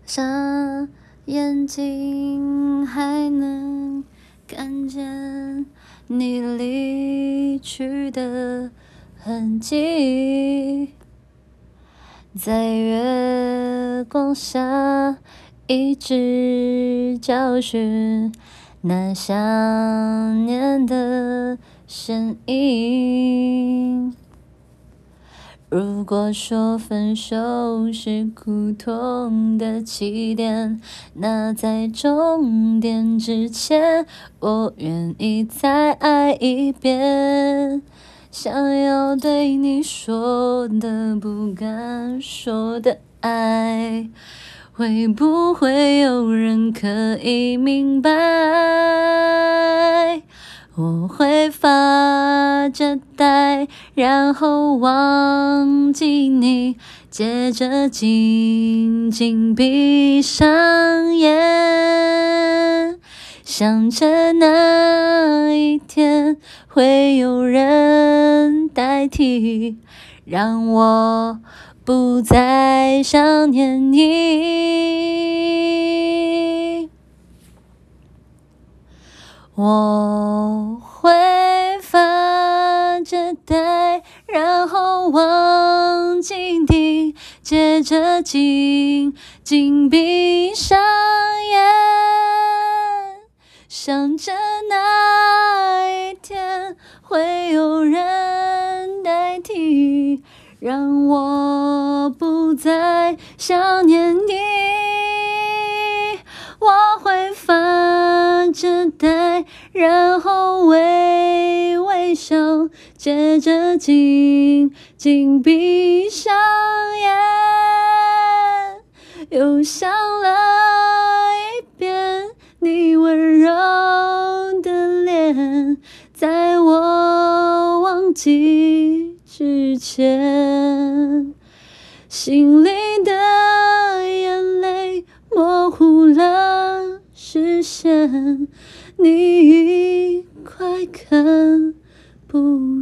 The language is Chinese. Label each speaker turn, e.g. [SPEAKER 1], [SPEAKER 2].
[SPEAKER 1] 傻眼睛还能看见你离去的痕迹，在月光下一直找寻那想念的身影。如果说分手是苦痛的起点，那在终点之前，我愿意再爱一遍。想要对你说的不敢说的爱，会不会有人可以明白？我会发着呆，然后忘记你，接着紧紧闭上眼，想着那一天会有人代替，让我不再想念你。我会发着呆，然后忘记你，接着紧紧闭上眼，想着那一天会有人代替，让我不再想念你。我会发着呆，然后微微笑，接着紧紧闭上眼，又想了一遍你温柔的脸，在我忘记之前，心里的眼泪模糊了视线，你已快看不